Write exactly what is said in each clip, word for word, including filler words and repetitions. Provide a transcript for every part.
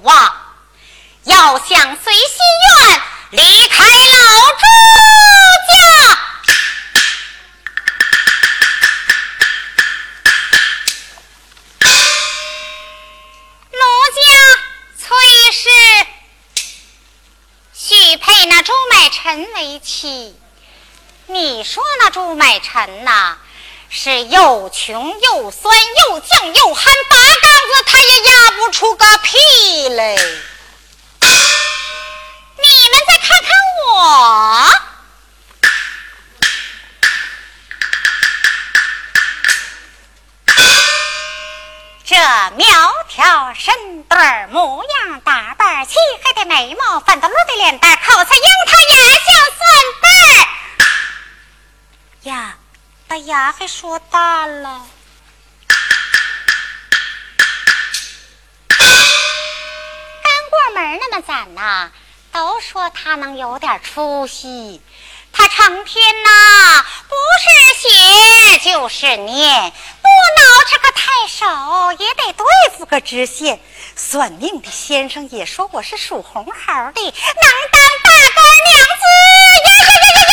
王，要想随心愿离开老朱家。奴家崔氏许配那朱买臣为妻。你说那朱买臣呐，是又穷又酸又犟又憨，八竿子他也压不出个屁来。你们再看看我，这苗条身段，模样打扮，漆黑的眉毛，粉嘟嘟的脸蛋，口才樱桃眼，像蒜瓣儿呀，把牙还说大了。刚过门那么咱呐，都说他能有点出息。他成天呐，不是写就是念，不挠这个太守也得对付个知县。算命的先生也说我是属红猴的，能当大哥娘子呀呀呀呀呀呀呀呀呀呀呀呀呀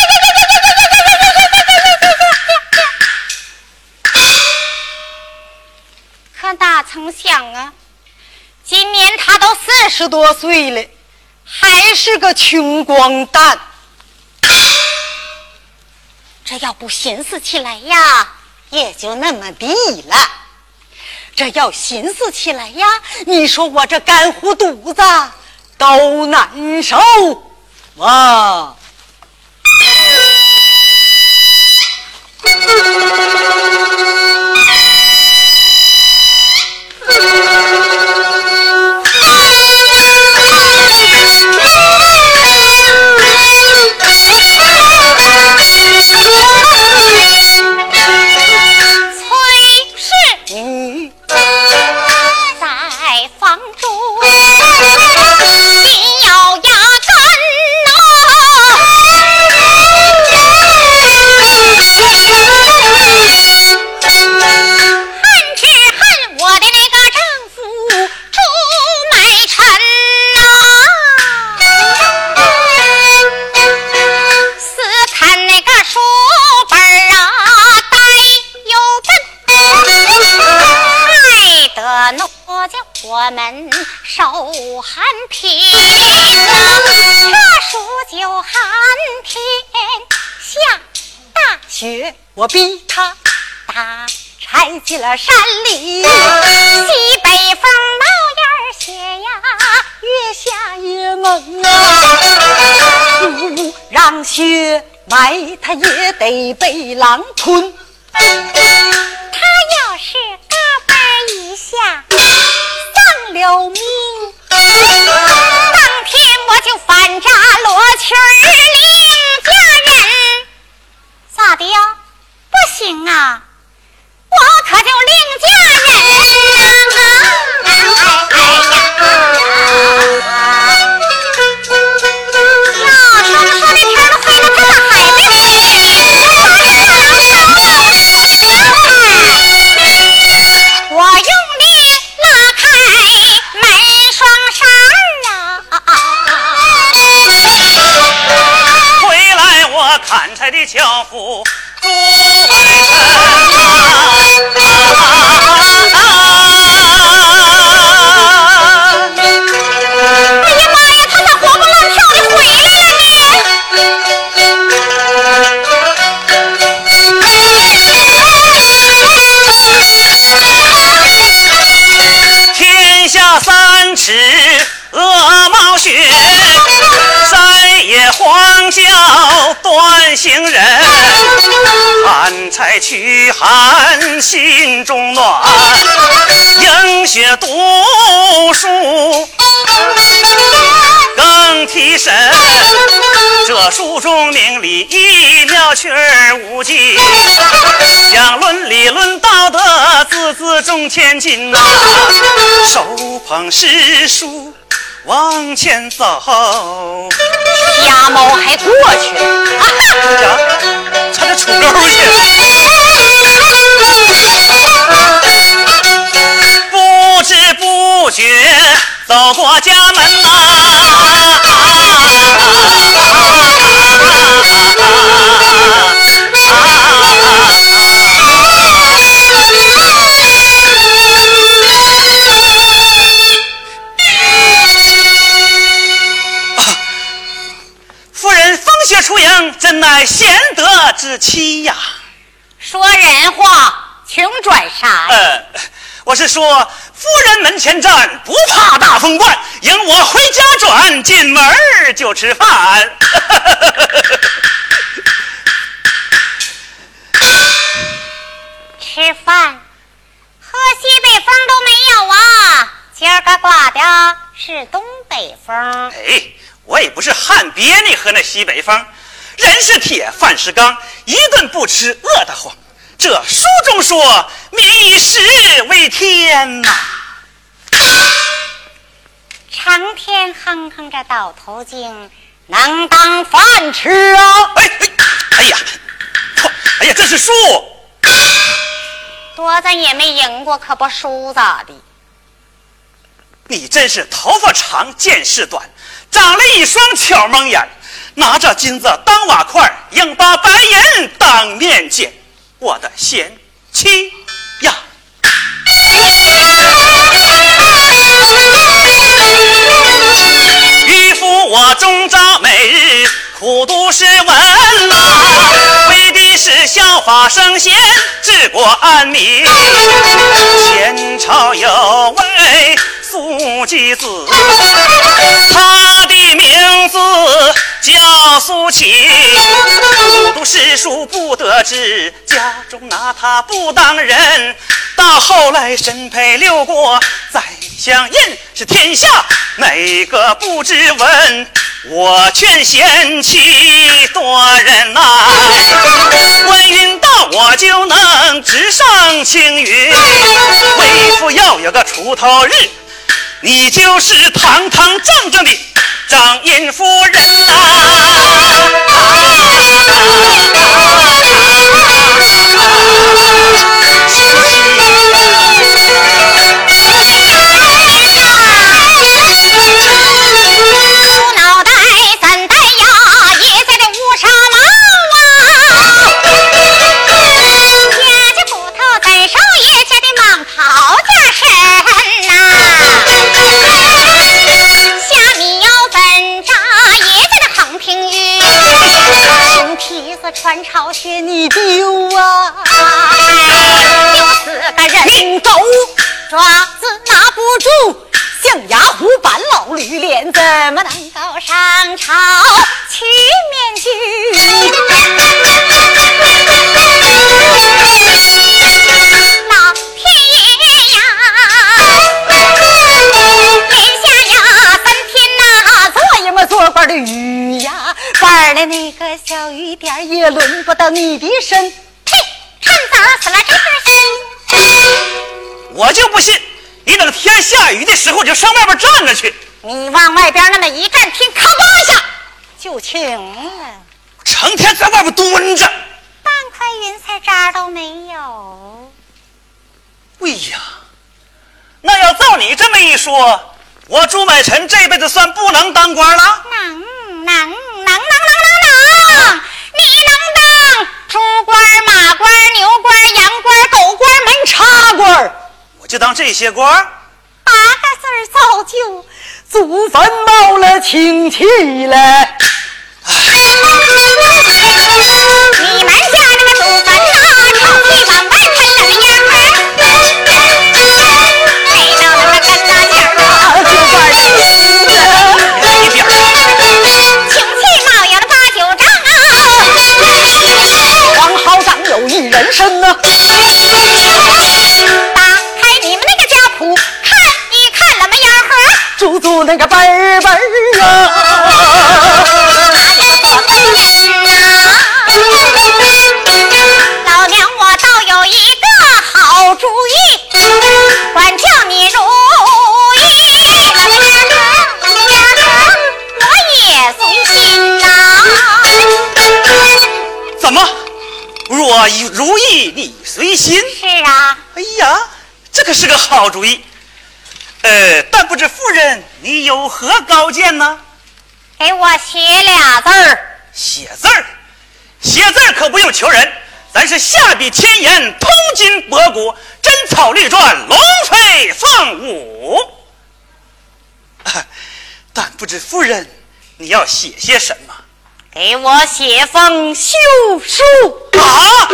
呀呀呀！可哪曾想啊，今年他都四十多岁了，还是个穷光蛋。这要不寻思起来呀，也就那么地了。这要寻思起来呀，你说我这干糊肚子都难受哇！我们受寒贫，这数九寒天下大雪，我逼他打柴进了山里，西北风冒烟雪呀，越下越猛啊，让雪埋他也得被狼吞，他要是嘎嘣一下丧了命，当天我就反扎罗裙领家人。咋的呀？不行啊，我可就领家人啊！哎哎呀，要说不说那天都黑了，他咋还没我用力拉开门双扇啊！ 回来我砍柴的樵夫朱买臣啊！ 哎呀妈呀，他咋活蹦乱跳的回来了呢？天下三尺鹅毛雪，山野荒郊断行人，砍柴驱寒心中暖，迎雪读书更提神。这书中明理一妙趣儿无尽，讲伦理论道德，字字重千金呐、啊。手捧诗书往前走， 瞎猫还过去了， 呀，差点出沟去。不知不觉走走过家门呐、夫人风雪出营，真乃贤德之妻呀！ 说人话，请转啥呀？ 呃，我是说，夫人门前站，不怕大风刮，迎我回家转，进门就吃饭。 吃饭，喝西北风都没有啊！今儿个刮的是东北风。 哎，我也不是旱鳖你喝那西北风，人是铁，饭是钢，一顿不吃饿得慌。这书中说，民以食为天呐、 成天哼哼着倒头经，能当饭吃啊！ 哎哎，哎呀，哎呀，这是书。 多咱也没赢过，可不输咋的？ 你真是头发长见识短，长了一双巧蒙眼，拿着金子当瓦块，硬把白银当面见。我的贤妻呀！渔夫我终朝每日苦读诗文呐，为的是效法圣贤，治国安民。前朝有位苏姬子，他的名字叫苏秦，苦读诗书不得志，家中拿他不当人。到后来身配六国，宰相印是天下哪个不知闻？我劝贤妻多忍耐，官运到我就能直上青云。为父要有个出头日，你就是堂堂正正的张印夫人呐、 猪脑袋三代呀，也在这乌纱帽啊。夹着骨头在少爷家的蟒袍加身呐。虾米腰粉炸也在这横平玉，青皮子穿朝靴你丢啊。有四个人狗爪子拿不住，象牙虎板老驴脸怎么能够上朝取面具？老天爷呀，眼下呀三天呐，做呀么做官的鱼呀，玩的那个小雨点也轮不到你的身。呸！趁早死了这份心。 我就不信你等天下雨的时候就上外边站着去， 你往外边那么一站，听咔吧一下就晴了， 成天在外边蹲着， 半块云彩渣都没有。 哎呀，那要照你这么一说，我朱买臣这辈子算不能当官了？ 能能能能能能能，你能当猪官、马官、牛官、羊官、狗官、门插官， 我就当这些官。 八个字儿早就祖坟冒了清气了。你们家那个祖坟呐，臭气往外喷了个烟儿，没到那个跟大钱儿啊，就玩新的。 一边清气冒扬了八九丈啊， 王好长有一人参呢、啊。 打开你们那个家谱，看一看那么样盒， 足足那个本儿本儿啊。 老娘我倒有一个好主意，管叫你如意，我也随心呐。 怎么？若如意你随心？ 是啊。 哎呀，这可是个好主意。呃，但但不知夫人你有何高见呢？ 给我写俩字儿。 写字儿，写字儿可不用求人，咱是下笔千言，通今博古，真草绿篆，龙飞凤舞。啊，但不知夫人你要写些什么？ 给我写封休书。 啊，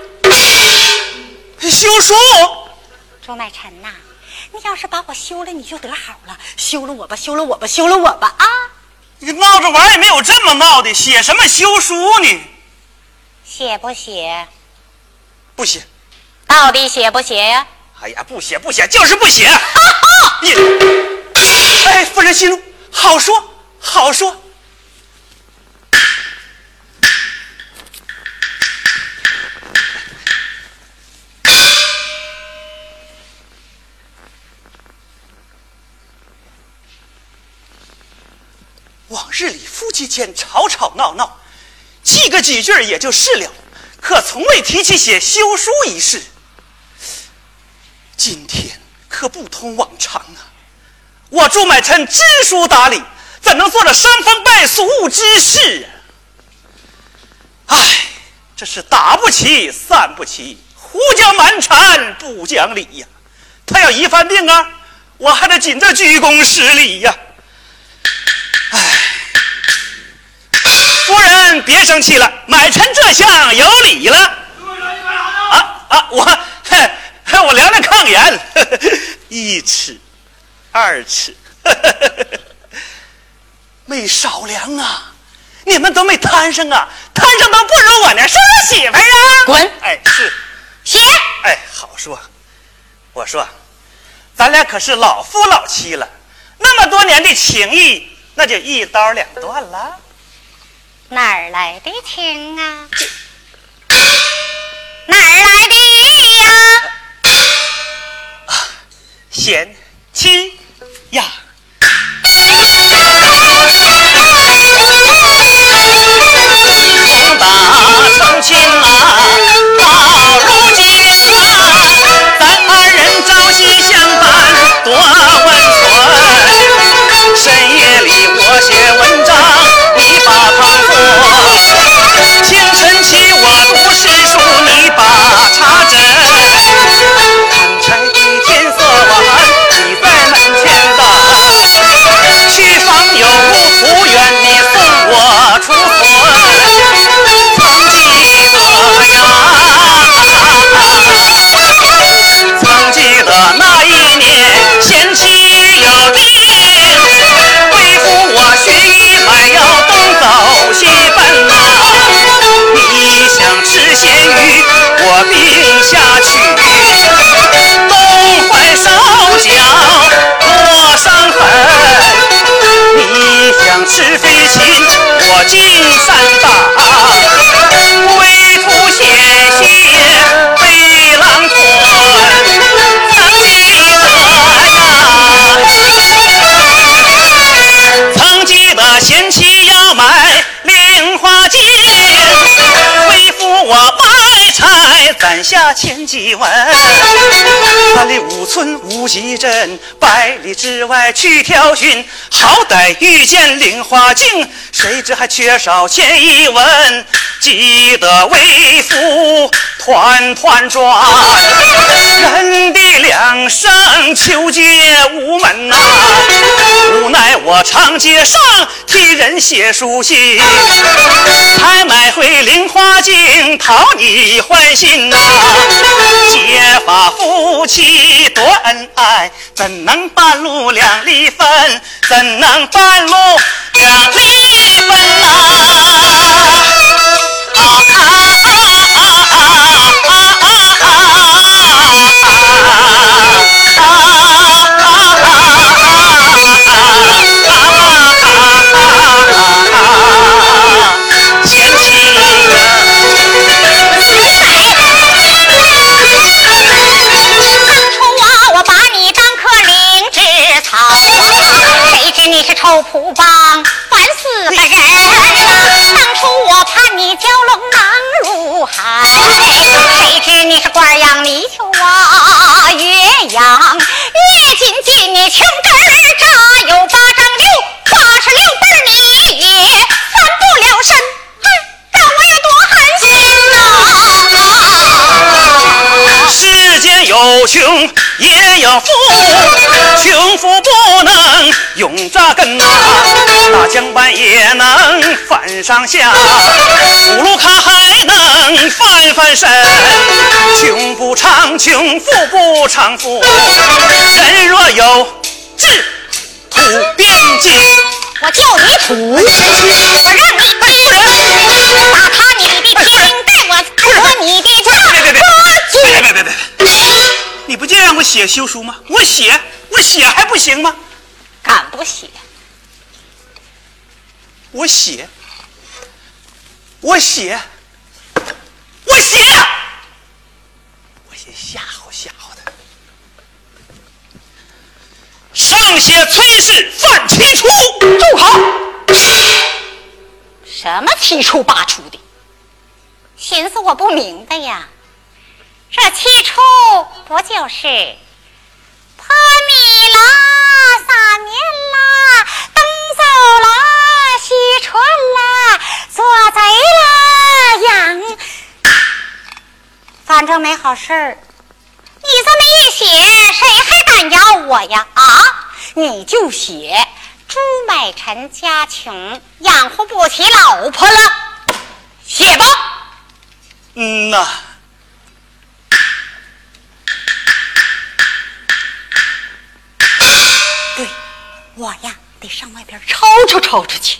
休书？ 周乃臣呐、啊，你要是把我休了，你就得好了。休了我吧，休了我吧，休了我吧啊！ 你闹着玩也没有这么闹的，写什么休书呢？ 写不写？ 不写。 到底写不写呀？ 哎呀，不写不写，就是不写。 啊哈！ 你，哎，夫人息怒，好说好说。往日里夫妻间吵吵闹闹，记个几句也就是了，可从未提起写休书一事。今天可不同往常啊！我朱买臣知书达理，怎能做了伤风败俗之事啊？唉，这是打不起散不起，胡搅蛮缠不讲理呀！他要一犯病啊，我还得紧着鞠躬施礼呀！唉，夫人别生气了，买臣这下有理了。啊啊，我我量量抗言，呵呵，一尺，二尺，呵呵，没少量啊！你们都没摊上啊，摊上都不如我那儿媳妇啊！ 滚！ 哎，是， 写。 哎，好说。我说，咱俩可是老夫老妻了，那么多年的情谊，那就一刀两断了。 哪儿来的情啊？哪儿来的呀？ 贤妻呀！从打成亲啊，到如今啊，咱二人朝夕相伴多温存。深夜里我写文章，你把旁坐；清晨起我读诗书，你把茶斟。看柴的天色晚，你在门前等。去访有无不愿你送我出村。曾记得呀，曾记得那一年贤妻有令，为父我须臾还要东走西奔呐。你想吃咸鱼，我病下去，东怀烧脚多伤痕。你想吃飞禽，我进山打，为父写信飞狼吞。曾记得呀，曾记得贤妻要买菱花镜，为父我买柴攒下千几文。三里五村无极镇，百里之外去挑寻，好歹遇见菱花镜，谁知还缺少千一文。记得为父团团转，人的两声求借无门呐、啊，无奈我长街上替人写书信，才买回菱花镜讨你欢心呐、啊。结发夫妻多恩爱，怎能半路两离分？怎能半路两离分呐、啊？啊啊你是臭仆帮，烦死个人呐！当初我盼你蛟龙能入海，谁知你是官样泥鳅啊，越洋越紧紧你穷根穷也有富，穷富不能永扎根呐，大江板也能翻上下，布鲁卡还能翻翻身。穷不长穷，富不长富，人若有志，土变金。 我叫你土，我让你金，打塌你的天盖，我夺你的家国军。 别别别别别！你不就让我写休书吗？我写，我写还不行吗？ 敢不写？ 我写，我写，我写，我写吓唬吓唬的。上写崔氏犯七出， 住口！什么七出八出的？寻思我不明白呀。这七出不就是破米啦、撒面啦、登走啦、洗船啦、做贼啦、养，反正没好事儿。你这么一写，谁还敢咬我呀？啊，你就写朱买臣家穷，养活不起老婆了，写吧。 嗯呐。 对，我呀得上外边吵吵吵吵去。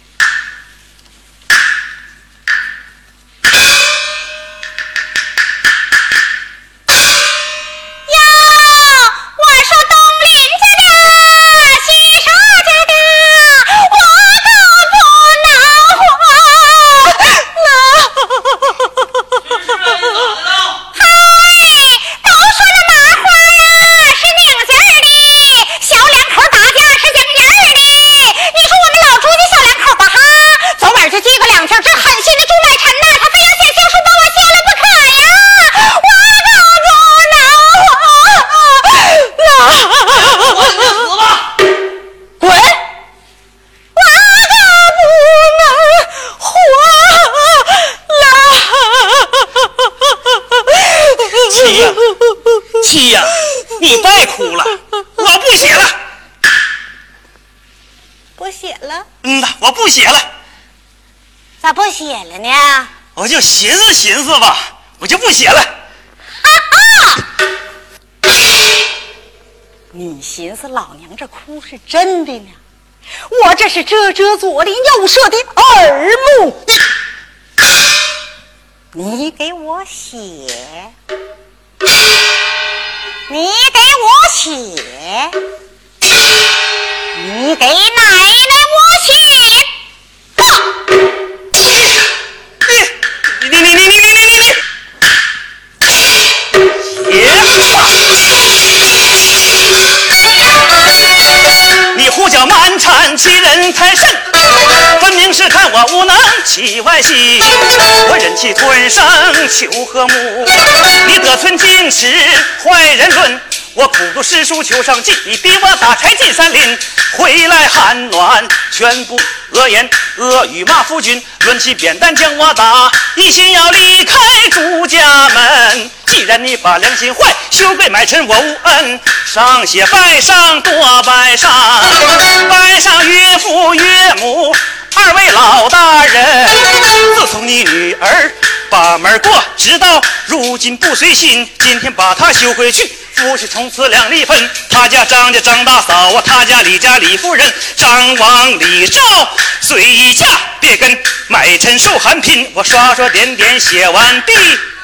七呀，你别哭了，我不写了。 不写了？ 嗯呐，我不写了。 咋不写了呢？ 我就寻思寻思吧，我就不写了。 哈哈！你寻思老娘这哭是真的呢？我这是遮遮左邻右舍的耳目。你给我写，你给我写，你给奶奶我写吧。 你你你你你你你你你你胡搅蛮缠，欺人太甚，分明是看我无能起外戏，我忍气吞声求和睦，你得寸进尺坏人论，我苦读诗书求上进，你逼我打柴进山林，回来寒暖全部恶言恶语骂夫君，抡起扁担将我打，一心要离开朱家门。既然你把良心坏，休跪买臣我无恩，上写拜上多拜上，拜上岳父岳母二位老大人。自从你女儿把门过，直到如今不随心，今天把她休回去，夫妻从此两离分。他家张家张大嫂啊，他家李家李夫人，张王李赵随一家，别跟买臣受寒拼。我刷刷点点写完毕，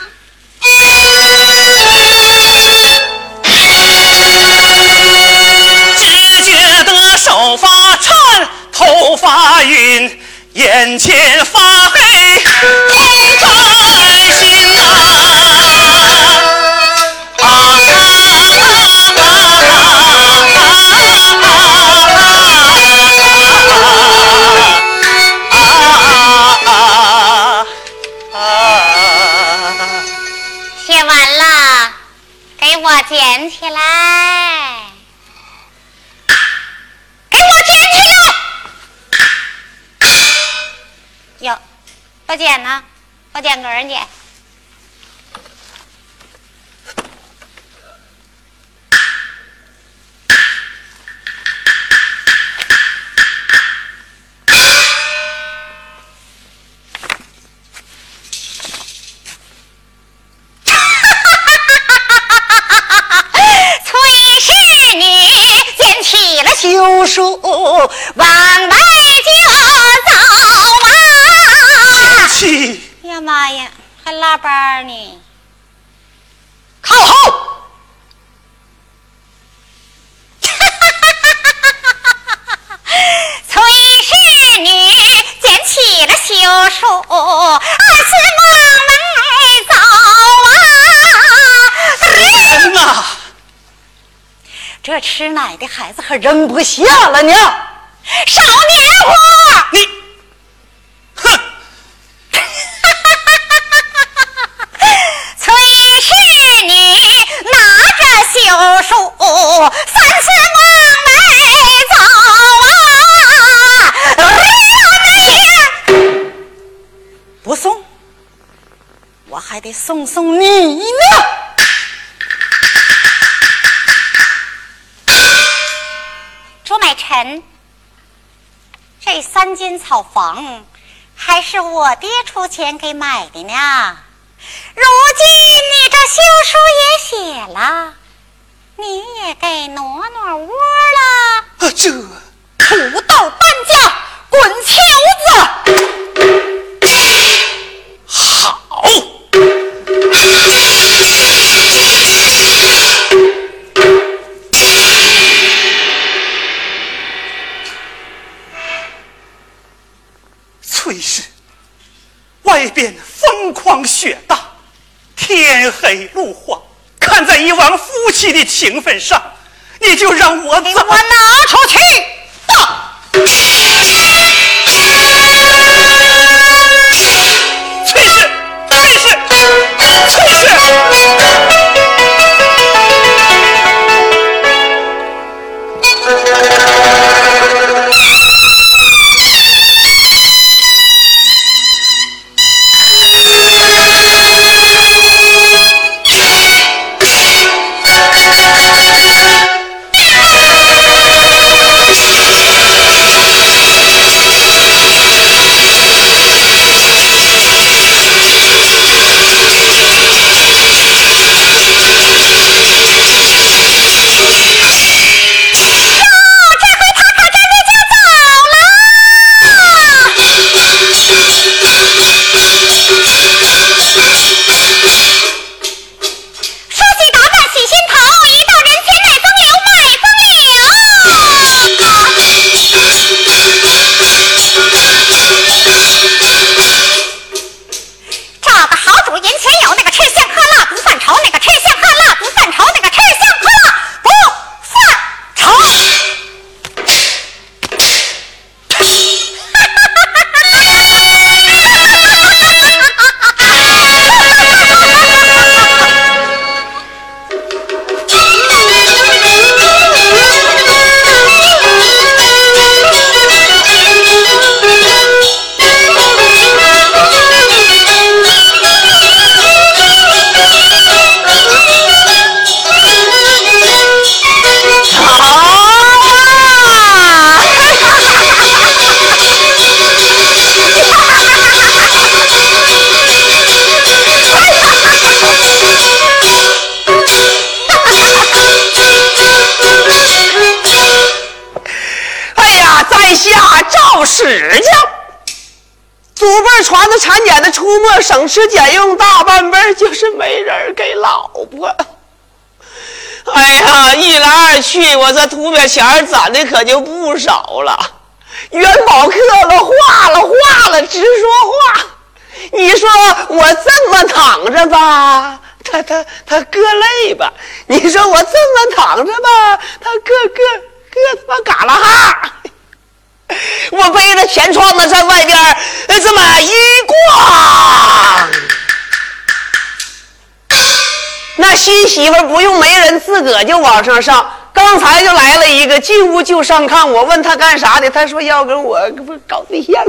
只觉得手发颤，头发晕，眼前发黑，痛在心呐！啊写完了，给我捡起来，给我捡起来！哟，不捡呢？我捡个人捡。 叔叔往外就走啊！ 贤妻， 呀妈呀，还拉班呢！ 靠后！ 崔氏女捡起了休书，二次往门走啊！ 人啊！ 这吃奶的孩子可扔不下了呢，少年货！ 你，哼！ 崔氏女拿着休书，三次往门走啊！不送，我还得送送你呢。朱买臣，这三间草房还是我爹出钱给买的呢。如今你这休书也写了，你也该挪挪窝了。 啊，这土豆搬家，滚球子！ 好。崔氏，外边风狂雪大，天黑路黄，看在以往夫妻的情分上，你就让我走。 给我拿出去！走！ 崔氏，崔氏，崔氏！ 史家，祖辈传的产检的出没省吃俭用，大半辈就是没人给老婆。哎呀，一来二去，我这图表钱攒的可就不少了。元宝刻了，画了，画了，直说话。你说我这么躺着吧，他他他割肋吧；你说我这么躺着吧，他割割割他妈嘎啦哈。我背着钱窗子在外边这么一逛，那新媳妇不用媒人，自个就往上上。刚才就来了一个，进屋就上炕。我问他干啥的，他说要跟我不搞对象。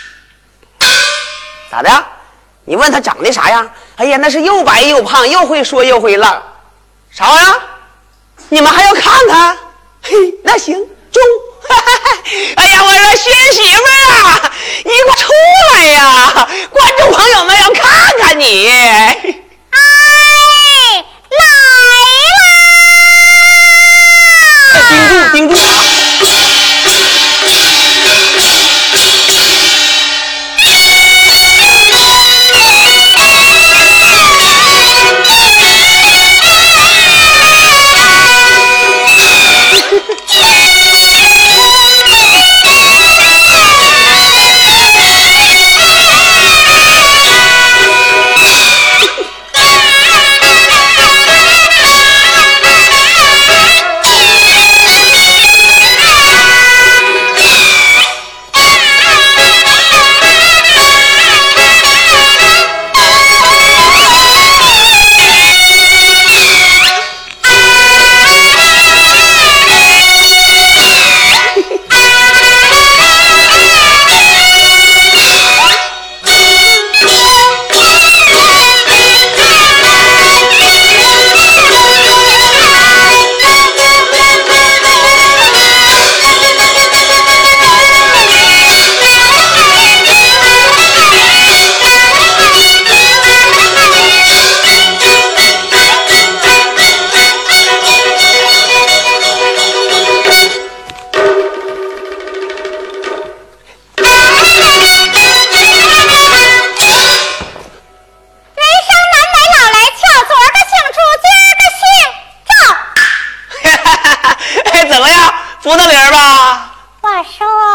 咋的？你问他长得啥样？哎呀，那是又白又胖，又会说又会浪。啥玩意儿？你们还要看他？嘿，那行，中。哎呀，我说新媳妇儿啊，你给我出来呀！观众朋友们要看看你。 哎，来啦！ 盯住，盯住啊！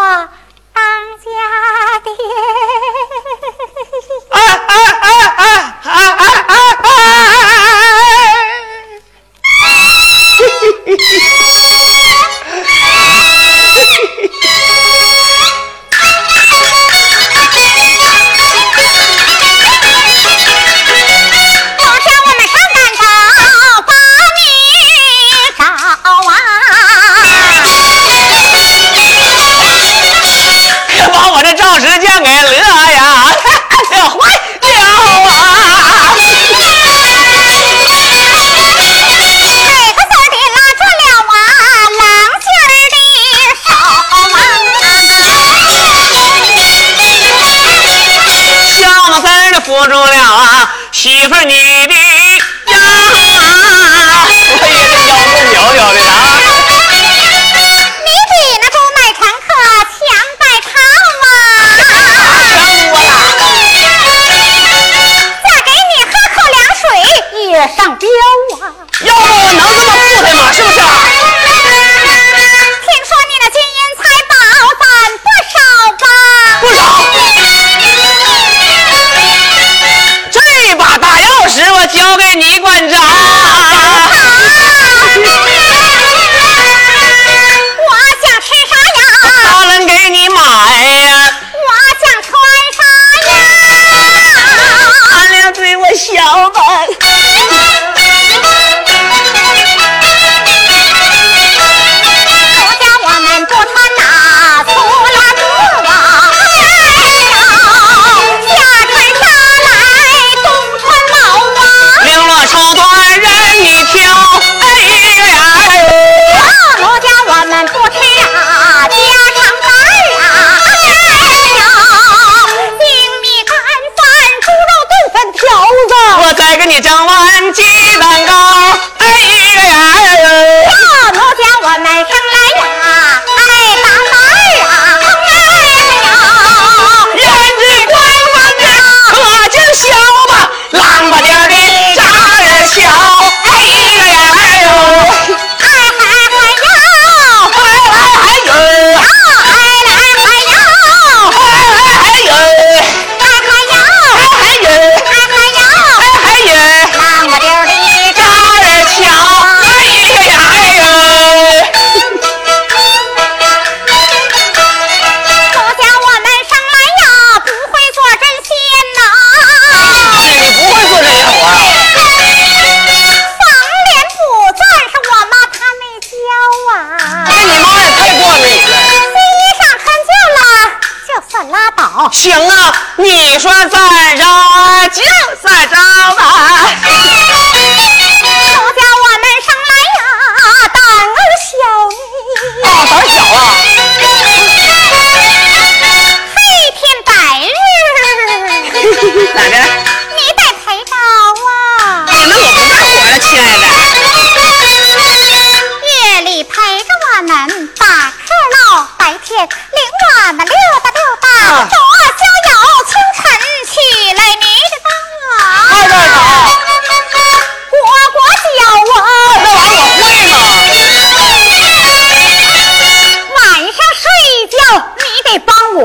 当家的。 哎哎哎哎哎哎哎哎！扶住了啊，媳妇你的腰，哎呀，这腰够苗条的啊！ 你比那中买乘客强百套啊！ 强多了。 再给你喝口凉水也上标啊！ 要不我能这么富态吗？是不是？ 听说你的金银财宝攒不少吧？ 不少。这把大钥匙我交给你管着。 我想吃啥呀？ 大人给你买呀。 我想穿啥呀？ 俺俩对我笑吧。我再给你整碗鸡蛋糕，哎呀呀！ 奴家我们生来呀，爱打板啊，哎呀！ 胭脂光粉的可劲小吧，浪巴点的扎人小，哎呀呀！ 哎嗨嗨哟， 哎哎哎呦， 哎来嗨哟， 哎哎哎呦， 哎嗨哟， 哎哎呦， 哎嗨哟， 哎哎呦， 浪巴溜的扎人小，哎呀呀哎呦！ 奴家我们生来呀，不会做针线呐。 你不会做这些活啊？ 房脸补钻是我妈她没教啊。 那你妈也太惯着你了。 衣裳穿旧了就算拉倒。 行啊，你说再着就再着吧。 奴家我们生来呀，胆儿小呢。 啊，胆小啊！ 黑天白日， 哪的？ 你得陪着啊。 哎呀，那我不干活了，亲爱的。 夜里陪着我们打客唠，白天领我们溜达溜达， 啊走啊逍遥，清晨起来你的当啊。 快点走。 裹裹脚啊， 那玩意儿我会呢。 晚上睡觉你得帮我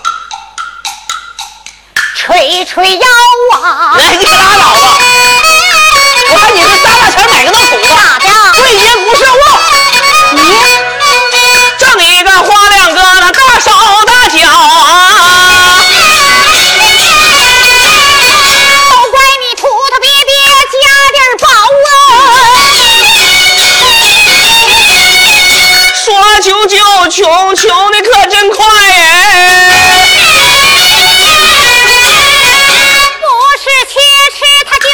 捶捶腰啊。 来，你可拉倒吧！我看你这三大全哪个都杵了。 咋的？ 对爷不是我。 你正一个花两个那大手大脚啊！ 都怪你秃头别别加点宝啊！ 说求求求求的可真快哎！ 不是去吃他家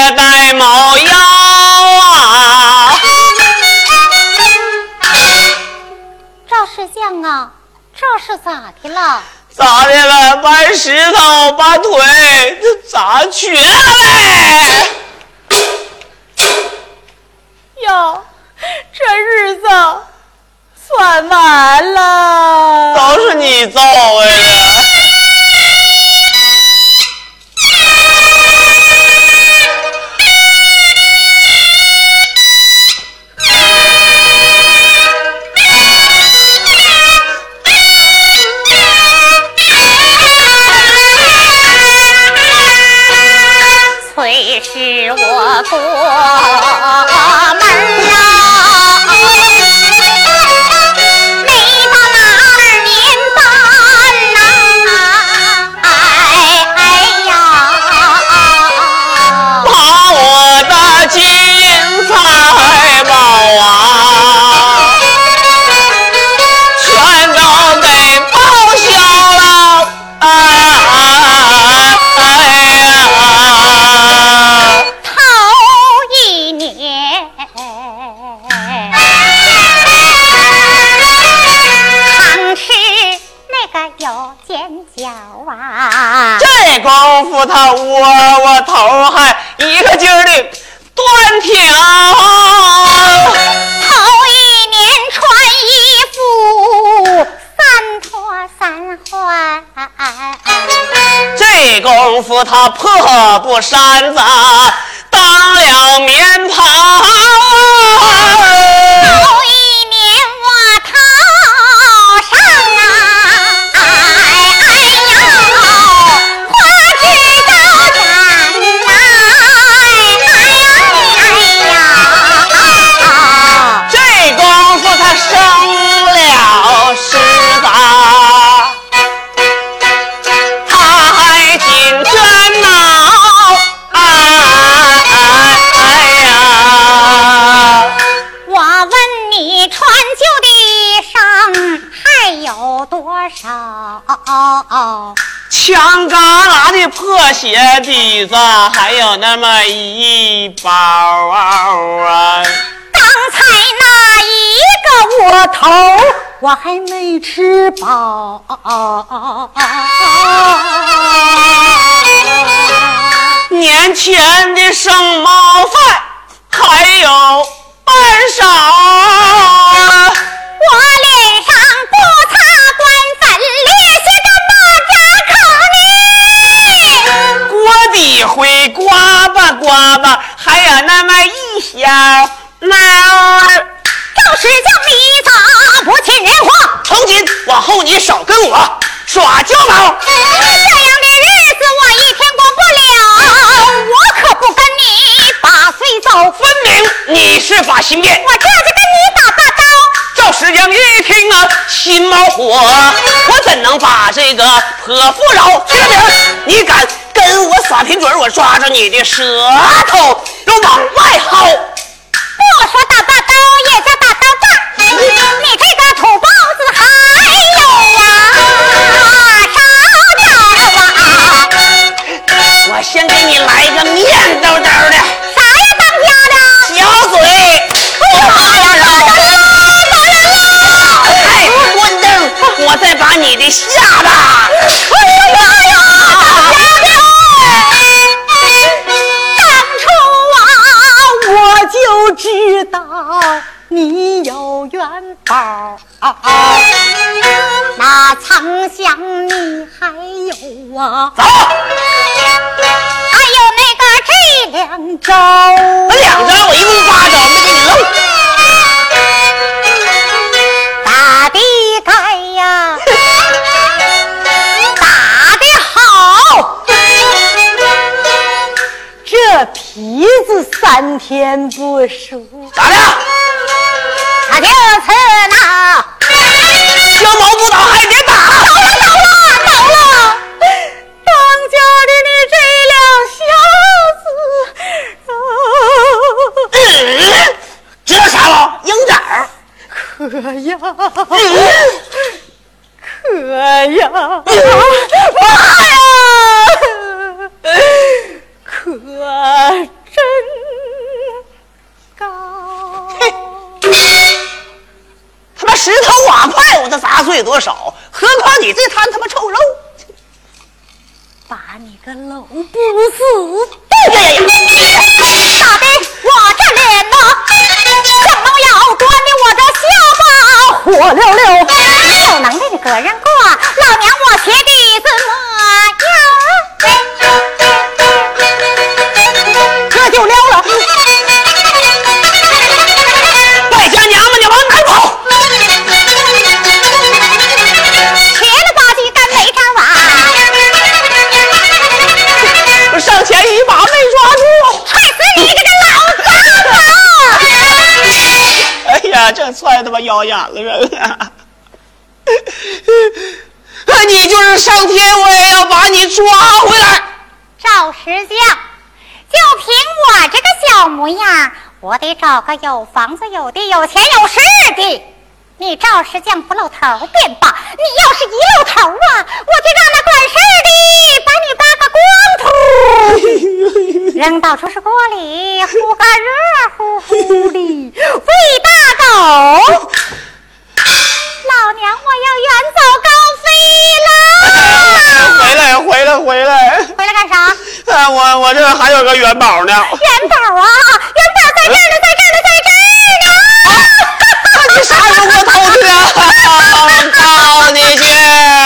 戴猫腰啊！ 赵世将啊，这是咋的了？ 咋的了？把石头把腿砸瘸了呗！ 哟，这日子算完了。 都是你造的呀！ 虽是我过门啊，没到那二年半呐，哎哎呀， 把我的金财宝啊，全都给报销了。哎哎呀！ 头一年常吃那个有尖角啊， 这功夫他窝窝头还一个劲儿的断条。 头一年穿衣服三脱三换， 这功夫他破布衫子当了棉袍。 头一年我头上啊，哎哎呀，花枝招展呐，哎哎呀， 这功夫他生了狮子，他还紧着挠，哎哎呀！ 我问你穿旧的裳还有多少？ 墙旮旯的破鞋底子还有那么一包啊！ 刚才那一个窝头我还没吃饱， 年前的生猫饭还有半勺啊！ 我脸上不擦官粉，裂下的蚂蚱呢。 锅底灰刮吧刮吧，还有那么一小猫儿。 赵石将，你咋不听人话？ 从今往后你少跟我耍交毛。 这样的日子我一天过不了，我可不跟你把岁走。 分明你是把心变， 我这就跟你打大刀。 赵石将一听啊，心冒火，我怎能把这个泼妇饶？去点儿，你敢跟我耍贫嘴，我抓着你的舌头要往外薅。 不说打大刀，也叫打刀仗。你这个土包子还有啊啥招啊？ 我先给你来个面兜兜的。 啥呀，当家的？ 小嘴，哎呀呀！哎，滚灯！我再把你的下巴。 哎呀呀呀！当初啊，我就知道你有元宝，哪曾想你还有啊？ 走， 还有那个这两招， 那两招我一共八招，没给你漏。 打的该呀，打的好，这皮子三天不熟， 咋的？ 他就是那小毛不倒还得打。 走了走了走了，当家的你这两小子， 嗯，知道啥不？鹰爪。 可呀，可呀，妈呀，可真八岁多少，何况你这摊他妈臭肉！ 把你个老不死！哎呀呀呀！大的我这脸呐，像猫要端的我的下巴火溜溜，有能耐的个人过，老娘我学的怎么样？这就撩了！ 败家娘们，你往哪跑？ 瘸了吧唧干没沾完， 上前一把没抓住， 踹死你这个老杂种！ 哎呀，这踹他妈腰眼子人啊！你就是上天，我也要把你抓回来。 赵石匠，就凭我这个小模样，我得找个有房子、有地、有钱、有势的。你赵石匠不露头便罢，你要是一露头啊，我就让那管事的把你扒个光头，扔到出事锅里，呼个热乎乎的，喂大狗。老娘我要远走高飞了！ 回来，回来，回来！ 回来干啥？ 啊，我我这还有个元宝呢。 元宝啊，元宝在这儿呢，在这儿呢，在这儿呢！ 啊、你啥时候给我偷去啊？告你去！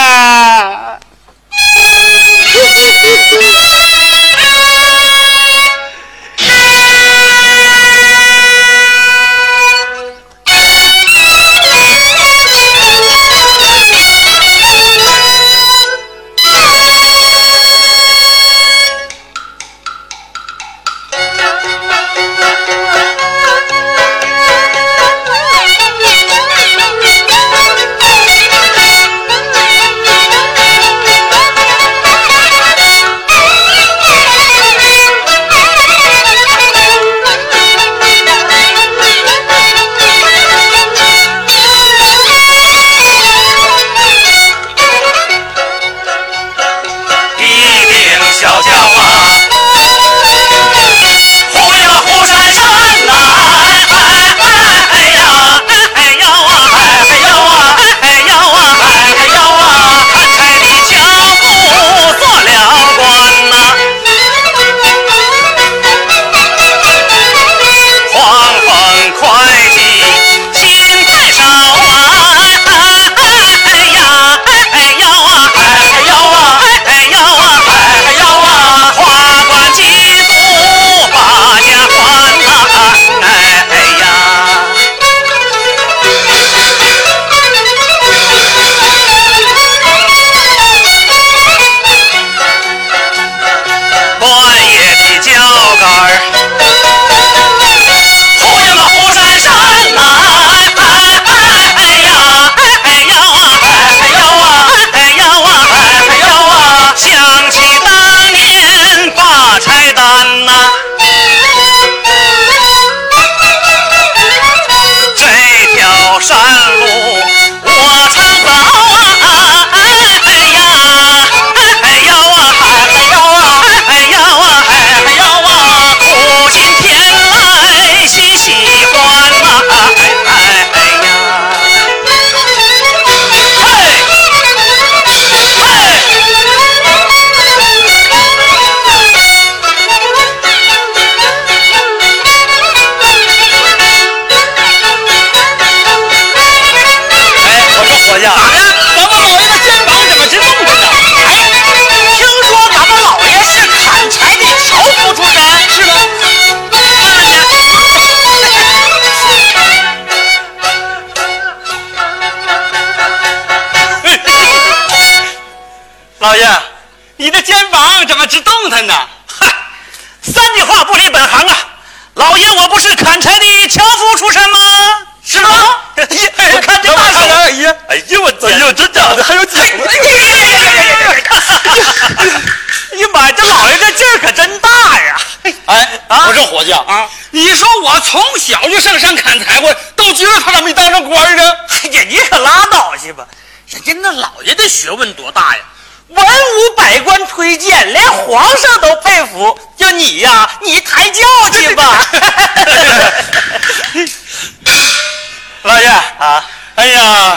老爷，你的肩膀怎么直动弹呢？嗨，三句话不离本行啊！老爷，我不是砍柴的樵夫出身吗？是吗？哎呀，我看这大手，哎呀，哎呀，我哎呦，这长得还有颈子！哎呀呀呀呀呀呀！哎呀妈呀，这老爷这劲儿可真大呀！ 哎，啊，不是伙计啊，你说我从小就上山砍柴火，到今儿他咋没当上官呢？ 哎呀，你可拉倒去吧！ 人家那老爷的学问多大呀！ 文武百官推荐，连皇上都佩服。就你呀，你抬轿去吧。 老爷啊，哎呀，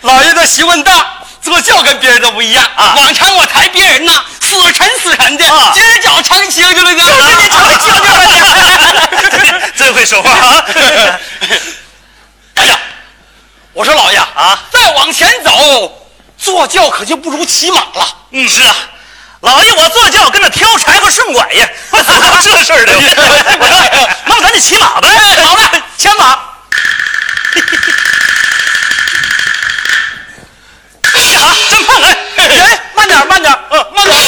老爷的学问大，做轿跟别人都不一样啊。往常我抬别人呐，死沉死沉的， 啊、 今儿脚成清去了呢， 就是你成清去了，真会说话啊！ 哎呀，我说老爷啊， 再往前走，坐轿可就不如骑马了。 嗯，是啊。老爷，我坐轿跟着挑柴火顺拐呀，我怎么这事儿的？我说，那么咱就骑马呗。 好了， 牵马。下啊，真慢来！ 哎，慢点，慢点，嗯，慢点。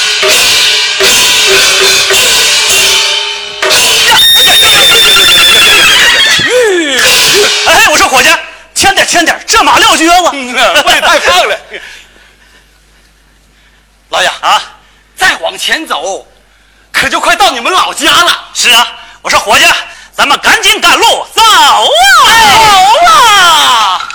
哎，我说伙计，牵点，牵点，这马撂蹶子， 喂太胖了。老爷啊， 再往前走，可就快到你们老家了。 是啊，我说伙计，咱们赶紧赶路，走啊！ 走啊！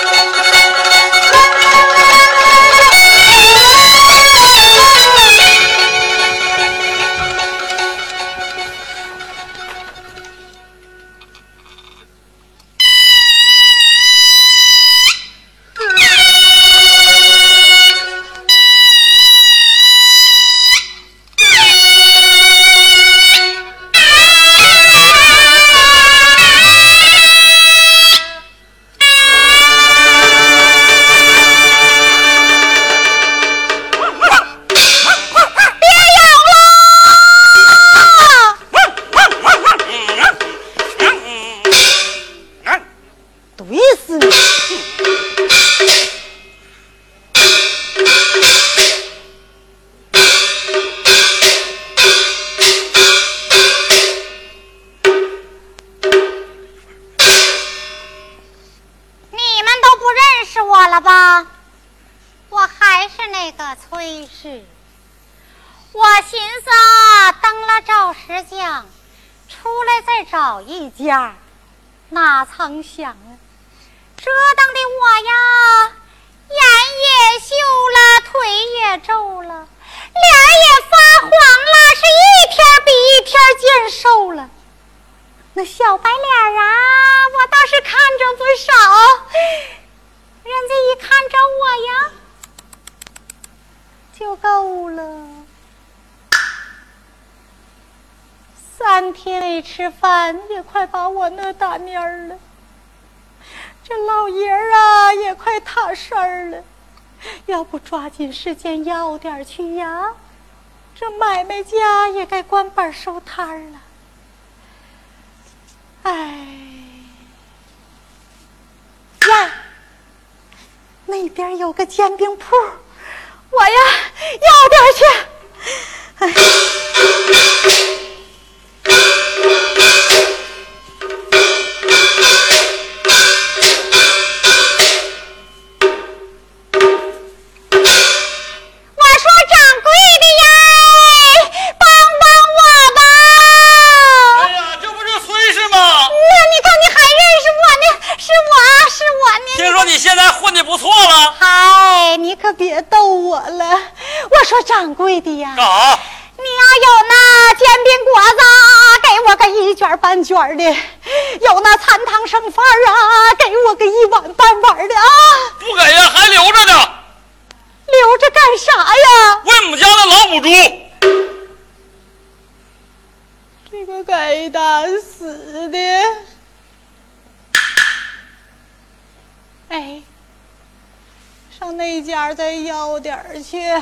哪曾想啊，这当的我呀，眼也羞了，腿也皱了，脸也发黄了，是一天比一天见瘦了。那小白脸啊，我倒是看着不少，人家一看着我呀，就够了。三天没吃饭，也快把我那打蔫儿了。这老爷儿啊，也快踏身儿了，要不抓紧时间要点去呀，这买卖家也该关板收摊儿了。哎呀，那边有个煎饼铺，我呀要点去。哎。掌柜的呀， 啊， 你要有那煎饼果子，给我个一卷半卷的；有那残汤剩饭啊，给我个一碗半碗的啊！ 不给呀，还留着呢。 留着干啥呀？ 为我们家的老母猪。 这个该打死的！哎，上那家再要点儿去。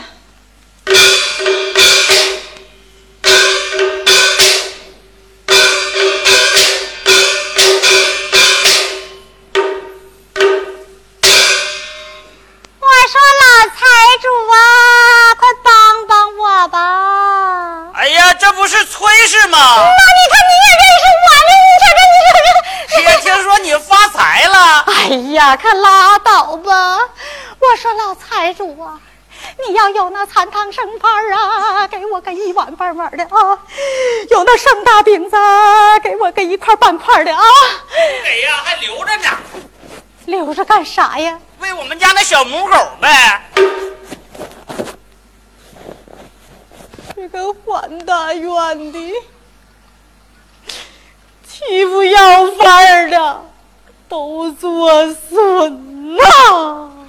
是吗？ 那你看你也认识我呢，你瞅瞅你瞅瞅。 也听说你发财了。 哎呀，可拉倒吧！我说老财主啊，你要有那残汤剩饭啊，给我个一碗半碗的啊；有那剩大饼子，给我个一块半块的啊。 不给呀，还留着呢。 留着干啥呀？ 喂我们家那小母狗呗。 这个还大院的欺负要饭的都作损呐！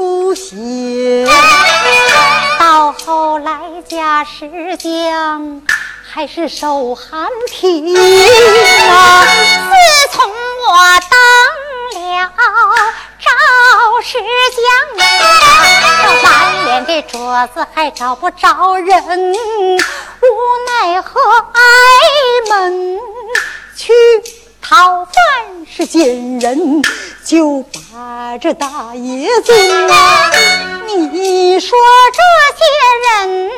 不歇。到后来家世将还是受寒贫啊！自从我当了赵世将啊，这满脸的桌子还找不着人，无奈何挨门去讨饭是见人就把这大爷尊啊！你说这些人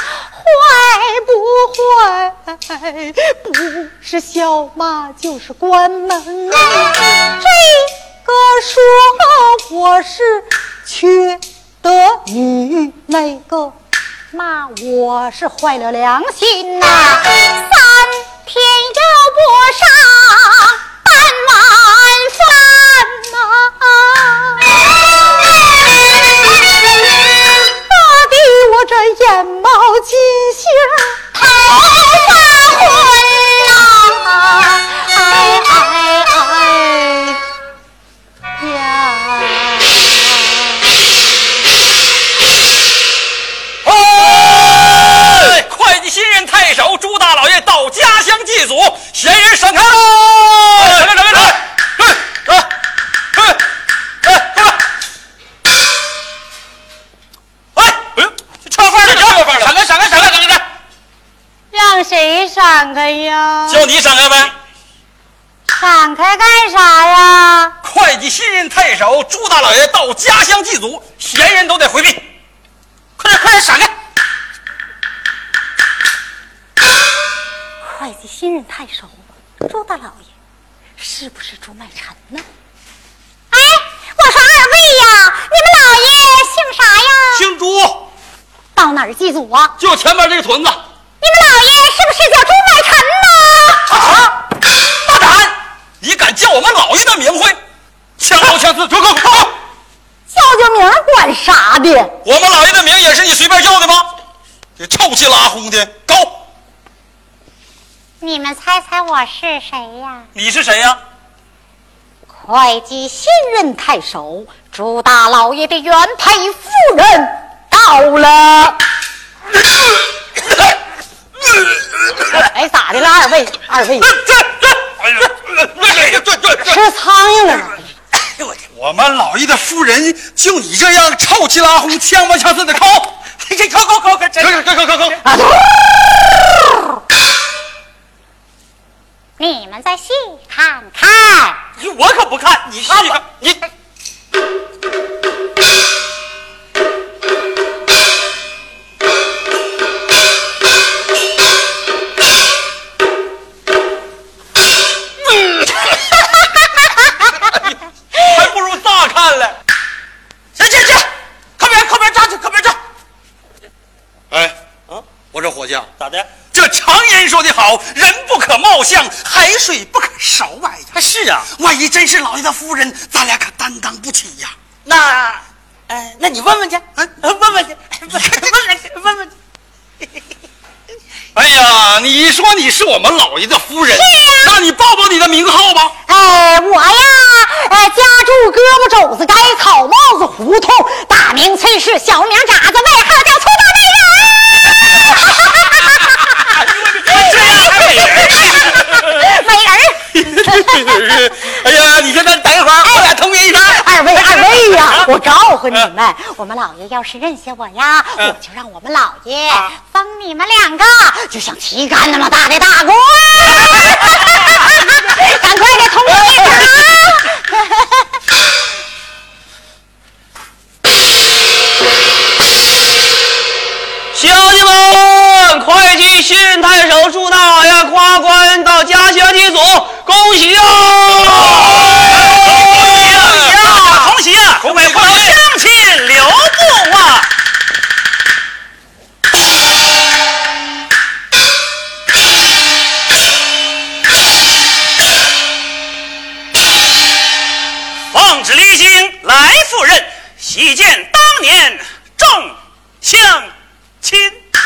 坏不坏？不是小骂就是关门。这个说我是缺德女，那个骂我是坏了良心呐、啊！三天要不上半碗饭呐、打的我这眼冒金星太发昏呐！哎哎哎呀！ 哎，会计新任太守朱大老爷到家乡祭祖，闲人闪开喽！闪开，闪开，闪开！ 让谁闪开呀？ 叫你闪开呗！ 闪开干啥呀？ 会计新任太守朱大老爷到家乡祭祖，闲人都得回避。快点，快点闪开！ 会计新任太守朱大老爷，是不是朱买臣呢？哎，我说二位呀，你们老爷姓啥呀？ 姓朱。 到哪儿祭祖啊？ 就前面这个屯子。 你们老爷是不是叫朱买臣呢？ 啊！大胆！你敢叫我们老爷的名讳？枪口枪刺，走走走！ 叫叫名管啥的？ 我们老爷的名也是你随便叫的吗？这臭气拉轰的，高！ 你们猜猜我是谁呀？ 你是谁呀？ 会计新任太守朱大老爷的原配夫人到了。哎，咋的了，二位？二位，吃苍蝇了？ 我们老爷的夫人就你这样臭气拉轰、枪不枪刺的抠，这抠抠抠抠，这这这抠抠抠！ 你们再细看看。 我可不看，你细看你。伙计， 咋的？ 这常言说的好，人不可貌相，海水不可少外呀。 是啊， 万一真是老爷的夫人，咱俩可担当不起呀。 那，呃，那你问问去，嗯，问问去，问问问问去。 哎呀，你说你是我们老爷的夫人， 是啊， 那你报报你的名号吧。 哎，我呀，呃，家住胳膊肘子街草帽子胡同，大名崔氏，小名渣子，外号叫崔大美人。 这样还美人？ 美人。 哎呀，你先等等一会儿，我俩通明一声。 二位，二位呀，我告诉你们，我们老爷要是认下我呀，我就让我们老爷封你们两个，就像旗杆那么大的大官。赶快给通明一声乡亲们，会计新任太守朱大老爷夸官到家乡祭祖，恭喜啊！ 恭喜啊！恭喜啊！乡亲留步啊！奉旨离京来赴任，喜见当年众乡亲。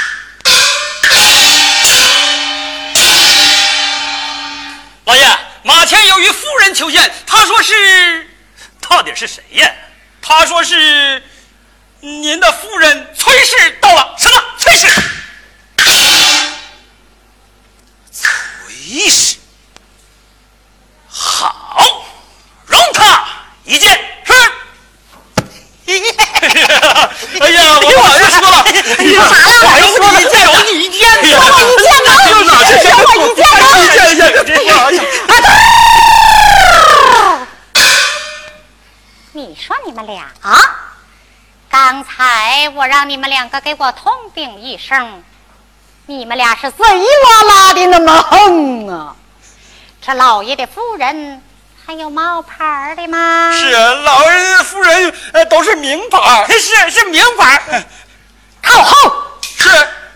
老爷，马前有一夫人求见，他说是， 到底是谁呀？ 他说是您的夫人崔氏到了。 什么崔氏？崔氏，好，容他一见。 是。哎呀，我老爷说了， 有啥了？ 有你一见，有你一见， 有我一见吗？有我一见吗？ 一见一见，这不好意思。 你说你们俩啊？刚才我让你们两个给我通禀一声，你们俩是贼拉拉的那么横啊！这老爷的夫人还有冒牌的吗？ 是啊，老人夫人呃都是名牌， 是是名牌。 靠后。 是。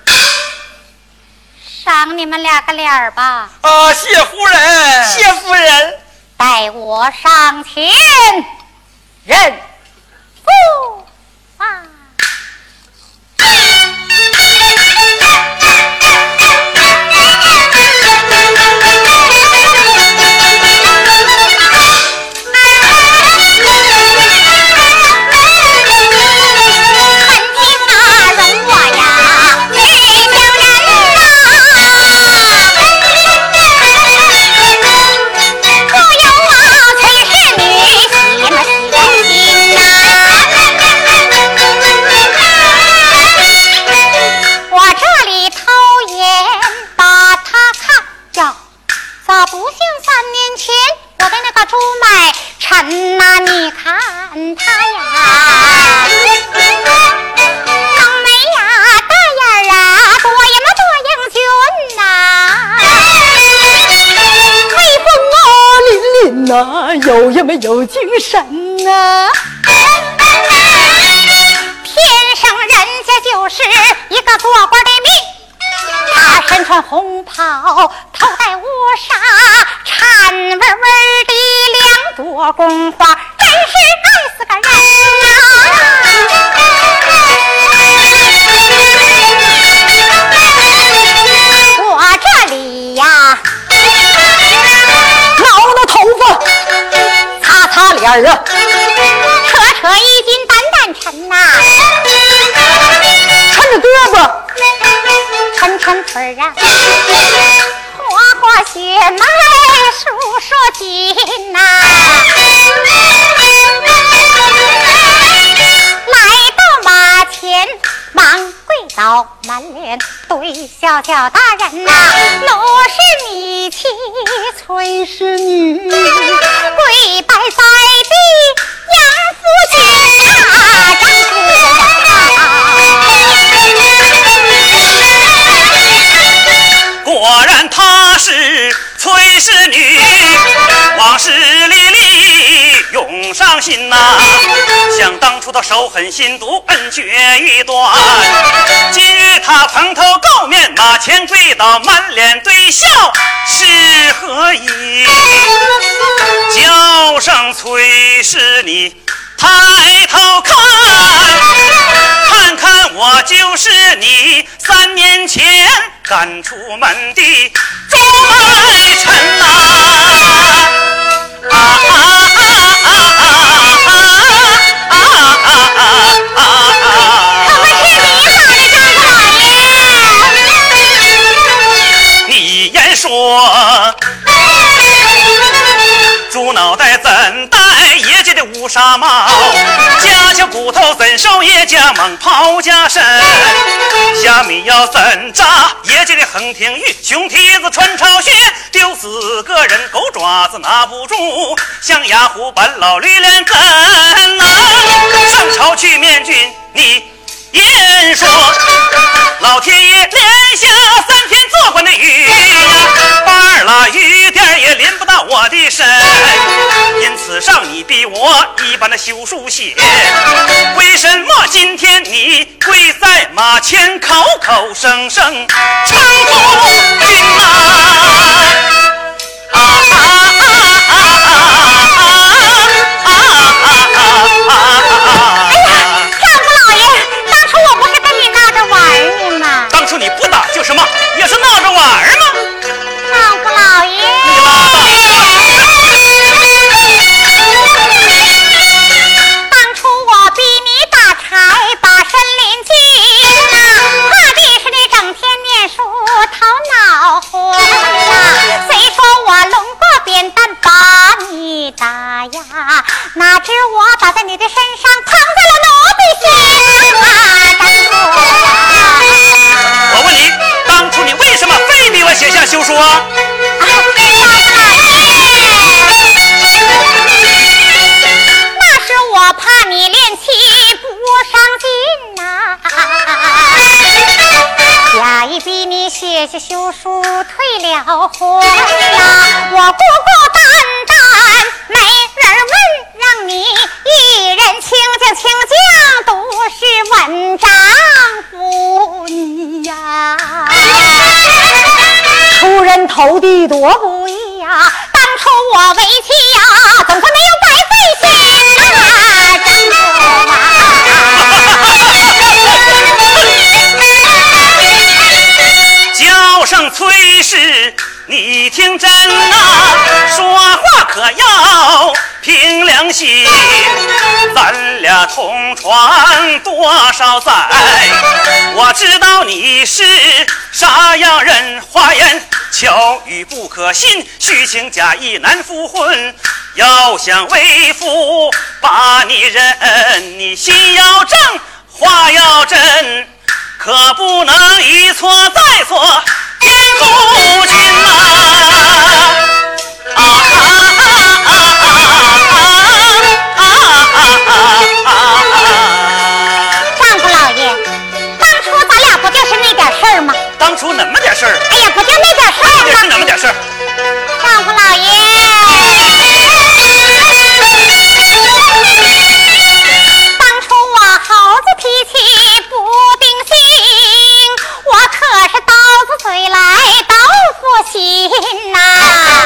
赏你们俩个脸儿吧。 啊，谢夫人， 谢夫人， 待我上前认父啊！那你看他呀，浓眉呀，大眼啊，多呀么多英俊呐，威风啊凛凛呐，有呀么有精神呐。天生人家就是一个做官的命，他身穿红袍，头戴乌纱，颤巍巍的两朵宫花，真是爱死个人啊！我这里呀，挠挠头发，擦擦脸儿啊，扯扯衣襟，掸掸尘呐，抻着胳膊，抻抻腿儿啊，划划血脉，数数筋呐。来到马前，忙跪倒，满脸对笑笑大人呐，奴是你妻，崔是女，跪拜在地，杨夫君啊，丈夫果然她是崔氏女，往事历历涌上心呐、啊。想当初的手狠心毒，恩绝欲断，今日他蓬头垢面，马前跪倒，满脸对笑，是何意？叫声崔氏你抬头看，看看我就是你三年前赶出门的钟爱臣呐！啊啊啊啊啊啊啊啊！ 可不是你好的丈夫老爷。 你言说，猪脑袋怎戴爷家的乌纱帽？家家骨头怎收爷家蟒袍加身？虾米要怎扎爷家的横挺玉？熊蹄子穿巢穴，丢死个人，狗爪子拿不住，像哑虎扮老驴脸，怎能上朝去面君？你言说，老天爷连下三天做官的雨呀，半拉雨点也淋不到我的身，因此上你逼我一般的修书写，为什么今天你跪在马前口口声声称夫君啊？啊啊啊啊啊啊啊！ 哎呀，丈夫老爷，当初我不是跟你闹着玩呢吗？ 当初你不打就是骂，也是闹着玩吗？ 丈夫老爷， 你拉倒！ 当初我逼你打柴谢谢休书退了婚呀，我孤孤单单没人问，让你一人清静清静读是文章妇女呀。出人头地多不易呀，当初我为妻呀，怎会没有白费心啊，丈夫啊。 叫声崔氏，你听真呐、啊，说话可要凭良心。咱俩同床多少载，我知道你是啥样人，花言巧语不可信，虚情假意难复婚。要想为夫把你认，你心要正，话要真，可不能一错再错，见夫君呐！啊啊啊啊丈夫老爷，当初咱俩不就是那点事儿吗？ 当初那么点事儿？ 哎呀，不就那点事儿吗？ 也是那么点事儿。 丈夫老爷，当初我猴子脾气不定性，我可是刀子嘴来豆腐心呐、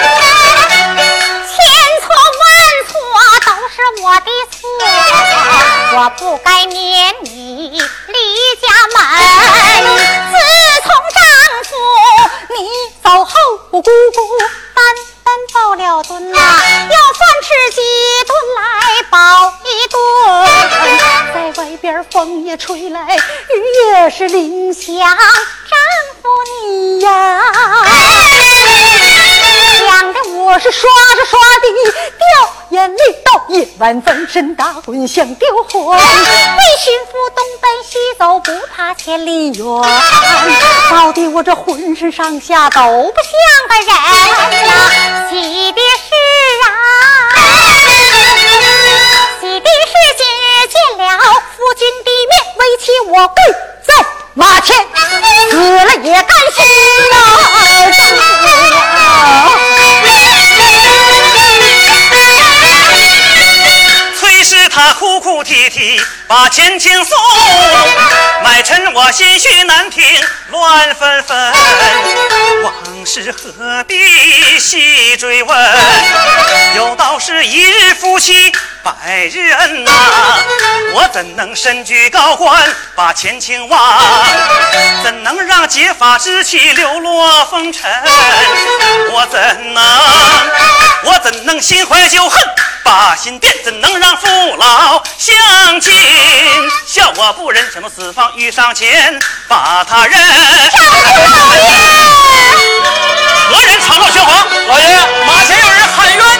千错万错都是我的错，我不该撵你离家门。自从丈夫你走后，我孤孤单单抱了墩呐、啊，要饭吃几顿来饱一顿，在外边风也吹来，雨也是淋向丈夫你呀。想的我是刷着刷的掉眼泪，到夜晚翻身打滚想丢魂，为寻夫东奔西走不怕千里远，到底我这浑身上下都不像个人呀。喜的是啊，喜的是今日见了夫君的面，为妻我跪在马前，死了也甘心啊，丈夫啊。 崔氏他哭哭啼啼把前情诉，买臣我心绪难平乱纷纷，往事何必细追问，有道是一日夫妻百日恩呐、啊，我怎能身居高官把前情忘，怎能让结发之妻流落风尘，我怎能我怎能心怀旧恨把心变，怎能让父老相亲，笑我不仁，想到四方遇上前把他认。何人闯入轩皇？ 老爷，马前有人喊冤。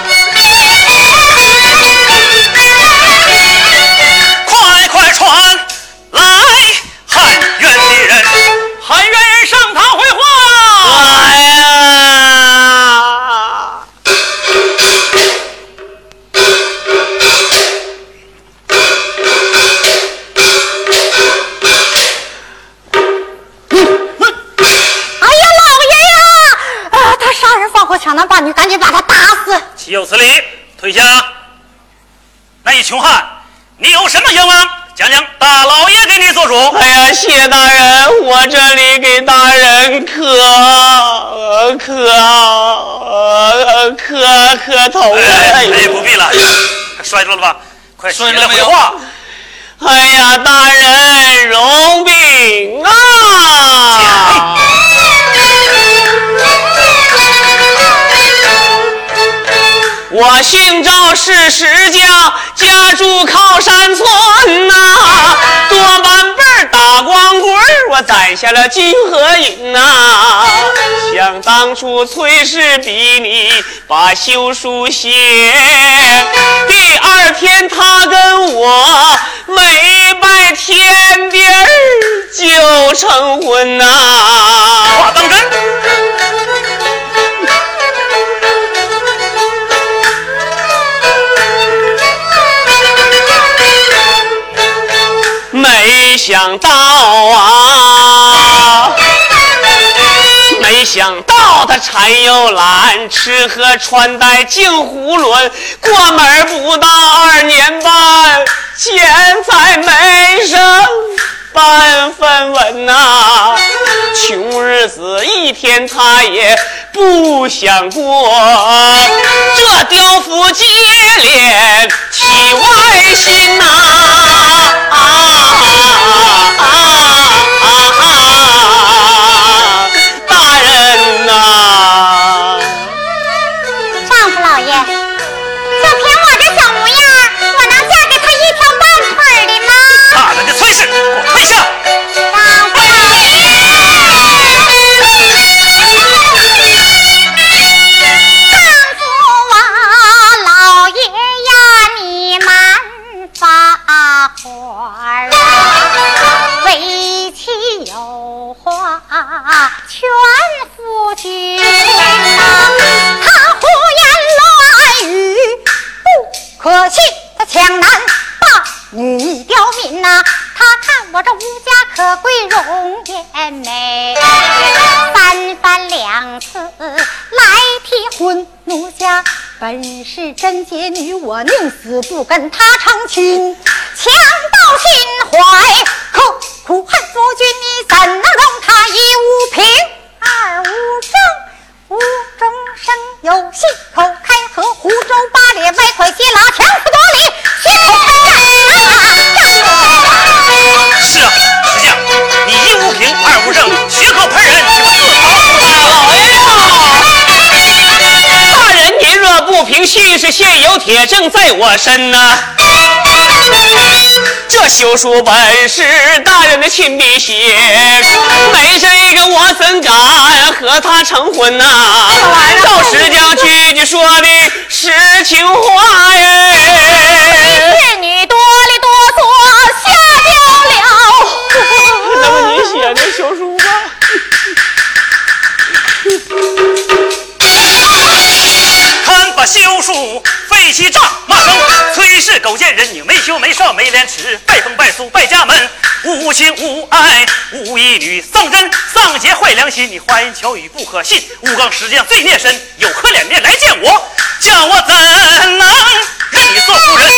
快快传来喊冤的人， 喊冤人上堂回话。 来呀！ 抢男把女，赶紧把他打死！ 岂有此理！退下！那一穷汉，你有什么冤枉？讲讲，大老爷给你做主。 哎呀，谢大人，我这里给大人磕磕磕磕头。 哎，哎，不必了，摔着了吧？快起来回话。 哎呀，大人容禀啊！我姓赵，是石家，家住靠山村呐、啊，多半辈儿打光棍儿，我攒下了金和银呐、啊。想当初崔氏逼你把休书写，第二天他跟我没拜天边儿就成婚呐、啊。 话当真？ 没想到啊， 想到他产有懒，吃喝穿戴净囫囵，过门不到二年半，钱财没剩半分文呐、啊，穷日子一天他也不想过，这刁夫接连体外心呐、啊！啊啊啊啊！大人呐、啊， 丈夫老爷，就凭我这小模样，我能嫁给他一条半腿的吗？ 大人的差事，给我退下。 丈夫老爷，丈夫啊，老爷呀，你慢发火儿啊，为妻有话劝夫君啊，他胡言乱语不可信，他强男霸女刁民呐、啊，他看我这无家可归容颜美，三番两次来提婚，奴家本是贞洁女，我宁死不跟他成亲，强盗心怀，可苦恨夫君，你怎能容他一无凭二无证，无中生有，信口开河，湖州八列歪拐斜拉，强词夺理，血口喷人。 是啊，石匠，你一无凭二无证，血口喷人，你不自讨苦吃？ 老爷呀，大人您若不凭信是现有铁证在我身呐、啊。这休书本是大人的亲笔写，没这个我怎敢和他成婚呐、啊？赵石匠句句说的实情话耶。 侍女多里哆嗦下掉了。 那么你写的休书吧。 看把休书废弃账骂声，崔氏狗贱人，你没羞没臊没廉耻，拜风拜俗败家门，无情无爱无义女，丧真丧节坏良心，你花言巧语不可信，诬告石匠罪孽深，有何脸面来见我？叫我怎能让你做夫人？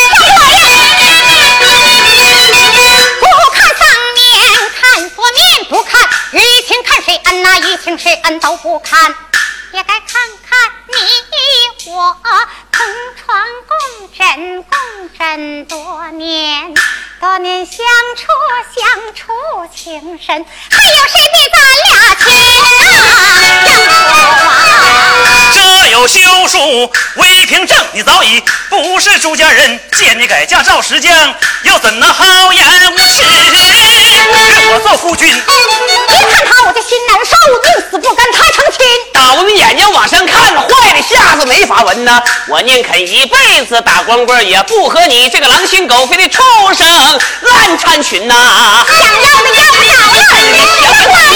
不看丧面看佛面，不看于情看谁恩呐、啊，于情谁恩都不看，也该看看你我同床共枕共枕多年，多年相处相处情深，还有谁比咱俩亲啊？ 这有休书为凭证，你早已不是朱家人，见你改嫁赵石匠，又怎能好言无耻，任我做夫君？ 别看他我这心难受，宁死不跟他成亲。 打我们眼睛往上看，坏的下子没法闻呐！我宁肯一辈子打光棍，也不和你这个狼心狗肺的畜生烂缠群呐！ 想要的要不了了，你行不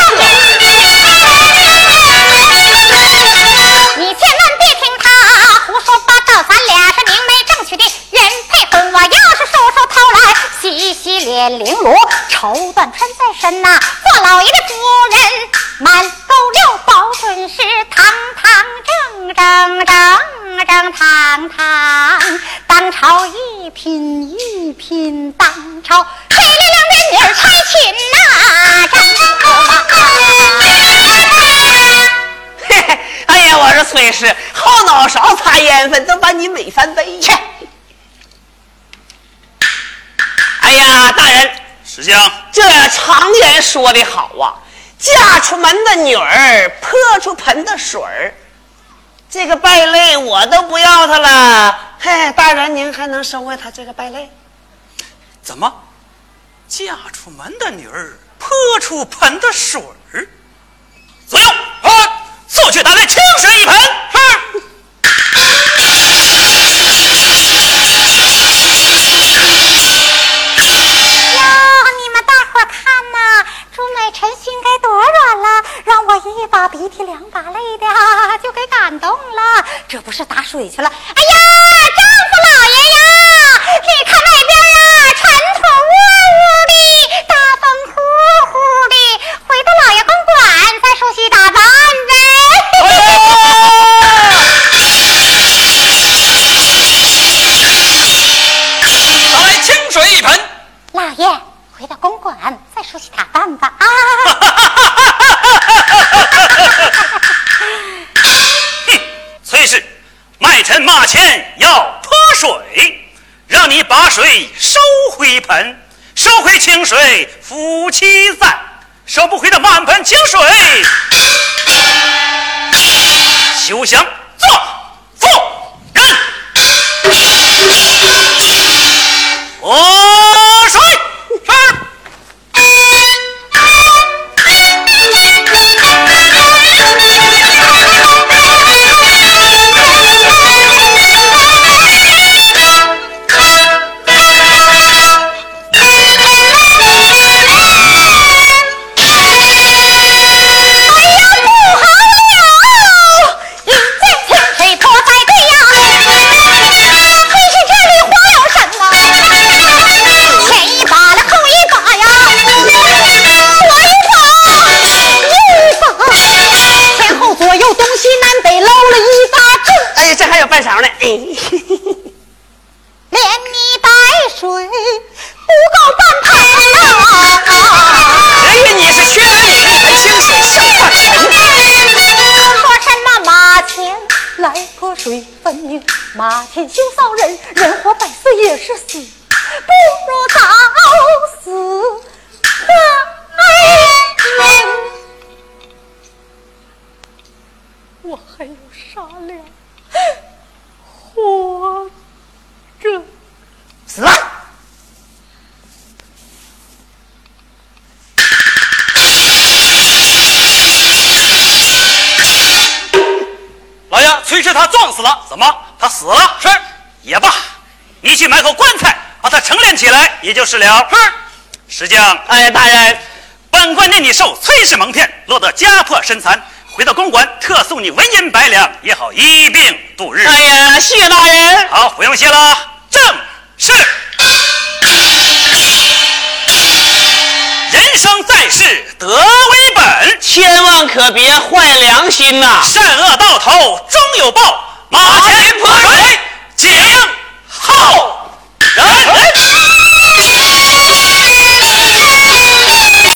你千万别听他胡说八道，咱俩是明媒正娶的人配婚。我要是收收头来，洗洗脸绫罗，绸缎穿在身呐、啊，做老爷的夫人，满够六保准是堂堂正正正正堂堂，当朝一品一品当朝，水灵灵的女儿差勤呐，真嘿嘿，哎呀，我说崔氏，后脑勺擦烟粉都把你美翻倍去！哎呀，大人， 石匠， 这常言说的好啊，嫁出门的女儿泼出盆的水儿，这个败类我都不要他了。嘿，大人您还能收回他这个败类？ 怎么嫁出门的女儿泼出盆的水儿？左右啊，速去打来清水一盆。是。 陈心该多软了，让我一把鼻涕两把泪的就给感动了，这不是打水去了。哎呀，丈夫老爷呀，你看那边啊，尘土呜呜的，大风呼呼的，回到老爷公馆再梳洗打扮。 老爷回到公馆再梳洗打扮吧。啊！ 哼，崔氏，卖臣马前要泼水，让你把水收回盆，收回清水夫妻在，收不回的满盆清水，休想做妇人。泼水。是。 半勺呢， 连你带水不够半盆啊！ 人以你是缺人清水上半盆。 说什么马前来泼水，分明马前休臊人，人活百岁也是死，不如早死的人。我还有杀量。活着死了。 老爷，崔氏他撞死了。怎么？他死了？是。也罢，你去买口棺材，把他陈殓起来，也就是了。是。石匠， 哎，大人， 本官念你受崔氏蒙骗，落得家破身残。回到公馆，特送你文银百两，也好一病度日。 哎呀，谢大人。 好，不用谢了。正是。人生在世，德为本， 千万可别坏良心呐、啊！ 善恶到头终有报，马前泼水，井后人。